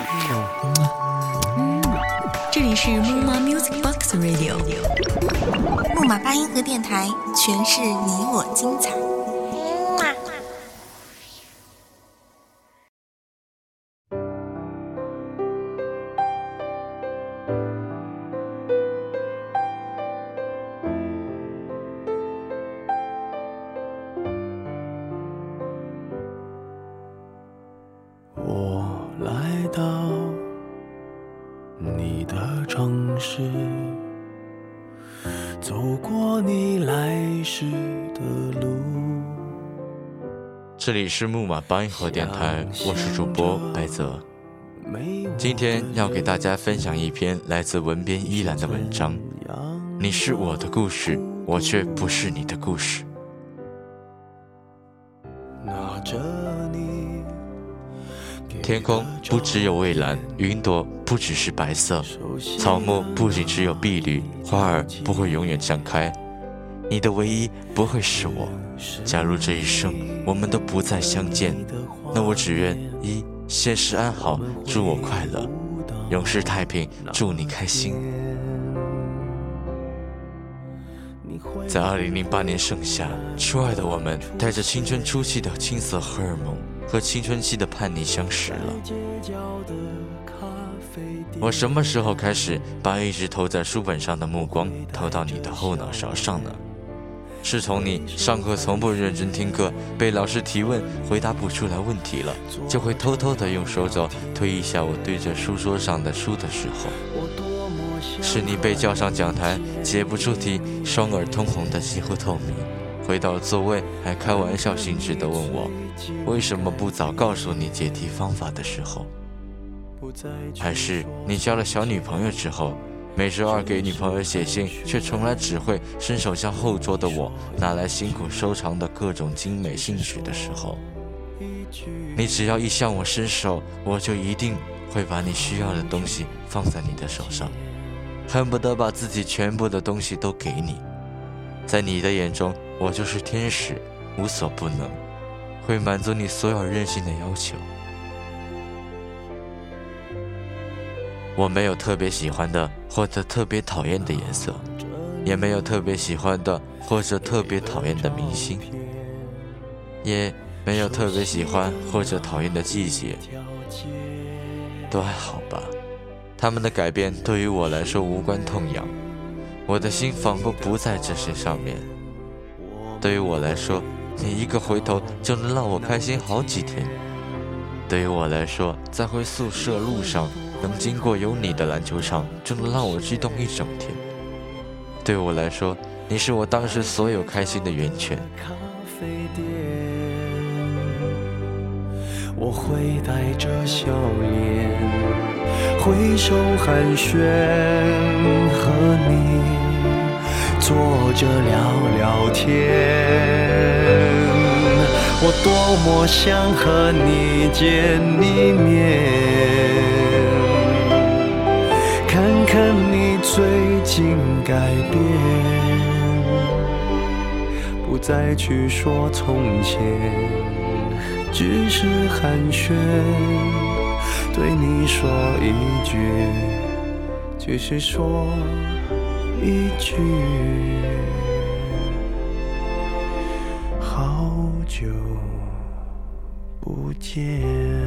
这里是木马 Music Box Radio， 木马八音盒电台，诠释你我精彩。 我来到你的城市，走过你来时的路。 这里是木马八音盒电台，我是主播白泽。今天要给大家分享一篇来自文编依兰的文章，你是我的故事，我却不是你的故事。 拿着你， 天空不只有蔚蓝，云朵不只是白色，草木不仅只有碧绿，花儿不会永远绽开。你的唯一不会是我。假如这一生我们都不再相见，那我只愿一现世安好，祝我快乐；永世太平，祝你开心。在2008年盛夏，初爱的我们带着青春初期的青涩荷尔蒙和青春期的叛逆相识了。我什么时候开始把一直投在书本上的目光投到你的后脑勺上呢？是从你上课从不认真听课，被老师提问回答不出来问题了，就会偷偷地用手肘推一下我对着书桌上的书的时候。是你被叫上讲台，解不出题，双耳通红的几乎透明，回到座位还开玩笑性质地问我为什么不早告诉你解题方法的时候。还是你交了小女朋友之后，每周二给女朋友写信，却从来只会伸手将后桌的我拿来辛苦收藏的各种精美信纸的时候。你只要一向我伸手，我就一定会把你需要的东西放在你的手上，恨不得把自己全部的东西都给你。在你的眼中，我就是天使，无所不能，会满足你所有任性的要求。我没有特别喜欢的或者特别讨厌的颜色，也没有特别喜欢的或者特别讨厌的明星，也没有特别喜欢或者讨厌的季节，都还好吧。他们的改变对于我来说无关痛痒，我的心仿佛不在这些上面。对于我来说，你一个回头就能让我开心好几天。对于我来说，在回宿舍路上能经过有你的篮球场，就能让我激动一整天。对我来说，你是我当时所有开心的源泉。 我会带着笑脸，挥手寒暄，和你坐着聊聊天。我多么想和你见一面，看看你最近改变，不再去说从前，只是寒暄，对你说一句，只是说一句，好久不见。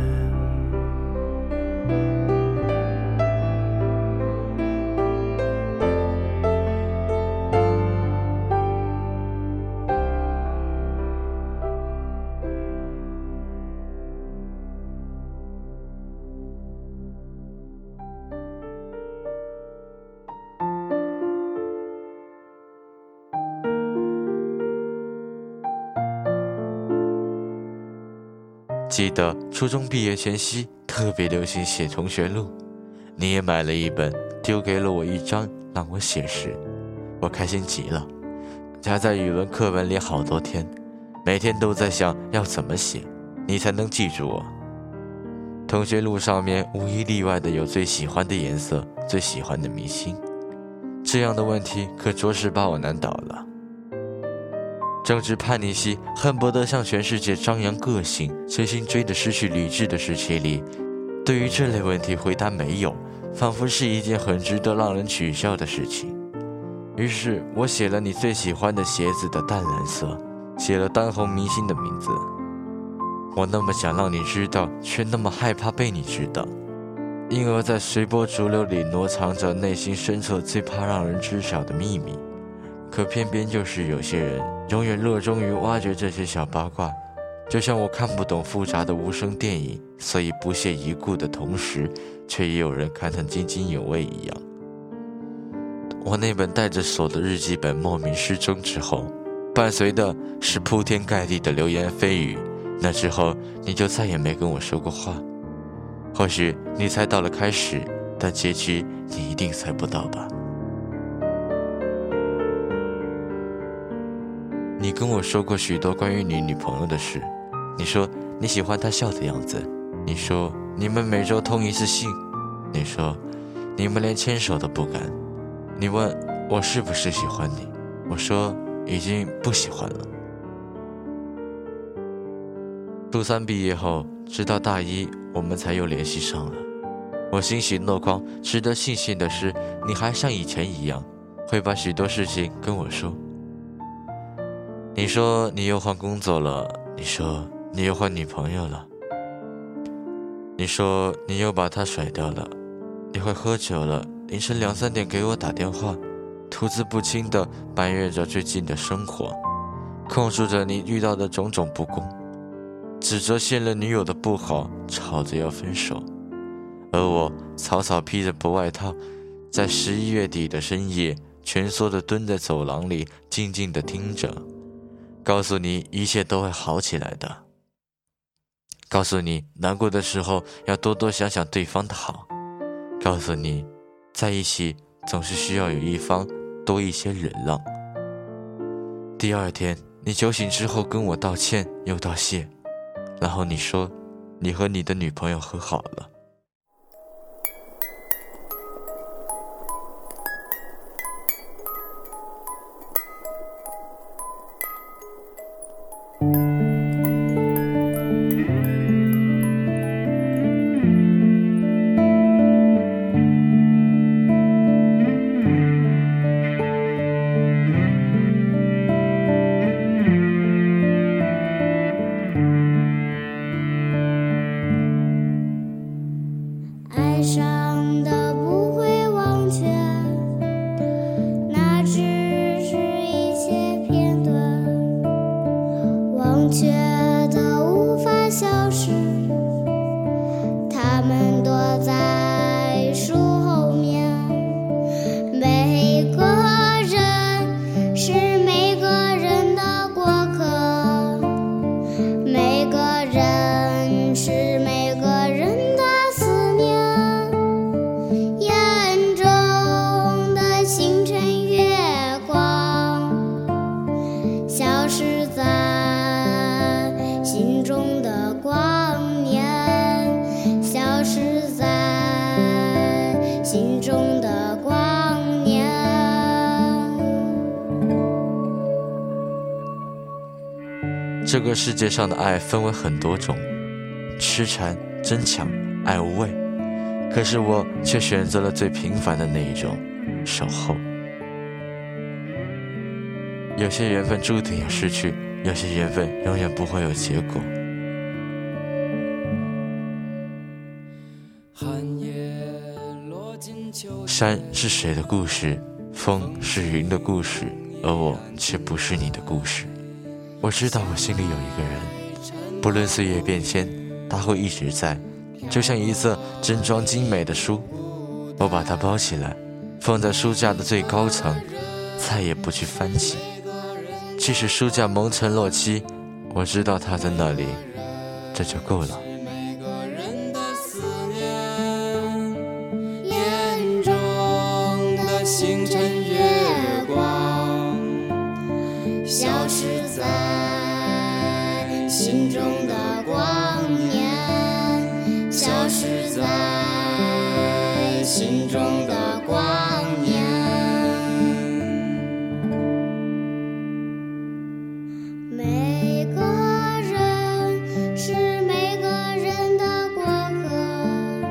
记得初中毕业前夕特别流行写同学录，你也买了一本，丢给了我一张让我写时，我开心极了，夹在语文课本里好多天，每天都在想要怎么写你才能记住我。同学录上面无一例外的有最喜欢的颜色，最喜欢的明星，这样的问题可着实把我难倒了。正值叛逆期，恨不得向全世界张扬个性，随心追的失去理智的时期里， 对于这类问题回答没有，仿佛是一件很值得让人取笑的事情。于是我写了你最喜欢的鞋子的淡蓝色，写了当红明星的名字。我那么想让你知道，却那么害怕被你知道，因而在随波逐流里挪藏着内心深处最怕让人知晓的秘密。可偏偏就是有些人永远热衷于挖掘这些小八卦，就像我看不懂复杂的无声电影，所以不屑一顾的同时，却也有人看得津津有味一样。我那本带着锁的日记本莫名失踪之后，伴随的是铺天盖地的流言蜚语，那之后你就再也没跟我说过话。或许你猜到了开始，但结局你一定猜不到吧。你跟我说过许多关于你女朋友的事，你说你喜欢她笑的样子，你说你们每周通一次信，你说你们连牵手都不敢，你问我是不是喜欢你，我说已经不喜欢了。初三毕业后，直到大一我们才又联系上了。我欣喜若狂，值得庆幸的是，你还像以前一样，会把许多事情跟我说。你说你又换工作了，你说你又换女朋友了，你说你又把她甩掉了，你会喝酒了，凌晨2、3点给我打电话，吐字不清地埋怨着最近的生活，控诉着你遇到的种种不公，指责现任女友的不好，吵着要分手。而我草草披着薄外套，在11月底的深夜，蜷缩地蹲在走廊里，静静地听着，告诉你一切都会好起来的，告诉你难过的时候要多多想想对方的好，告诉你在一起总是需要有一方多一些忍让。第二天你酒醒之后跟我道歉又道谢，然后你说你和你的女朋友和好了。 爱上的不会忘却，那只是一些片段，忘却的无法消失，它们躲在树后面。每个人是每个人的过客，每个人是每个人的思念。眼中的星辰月光，消失在心中的光年，消失在心中的光年。 这个世界上的爱分为很多种，痴缠、争抢、爱无畏，可是我却选择了最平凡的那一种，守候。有些缘分注定要失去，有些缘分永远不会有结果。山是水的故事，风是云的故事，而我却不是你的故事。我知道我心里有一个人，不论岁月变迁，他会一直在，就像一册整装精美的书，我把它包起来，放在书架的最高层，再也不去翻起。即使书架蒙尘落漆，我知道它在那里，这就够了。 眼中的星辰月光，消失在心中的光年，消失在心中的光年。每个人是每个人的过客，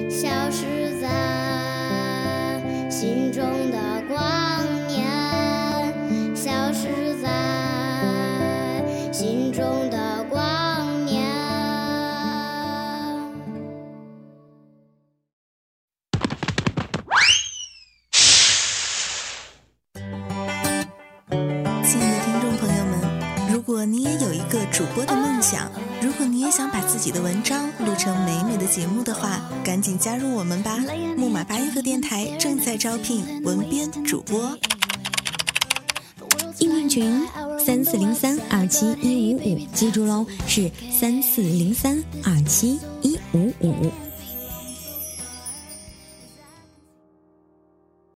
消失在心中的光年，消失在心中的光年。 亲爱的听众朋友们，如果你也有一个主播的梦想，如果你也想把自己的文章录成美美的节目的话，赶紧加入我们吧！木马八音盒电台正在招聘文编主播， 应聘群3403-27155，记住喽，是3403-27155。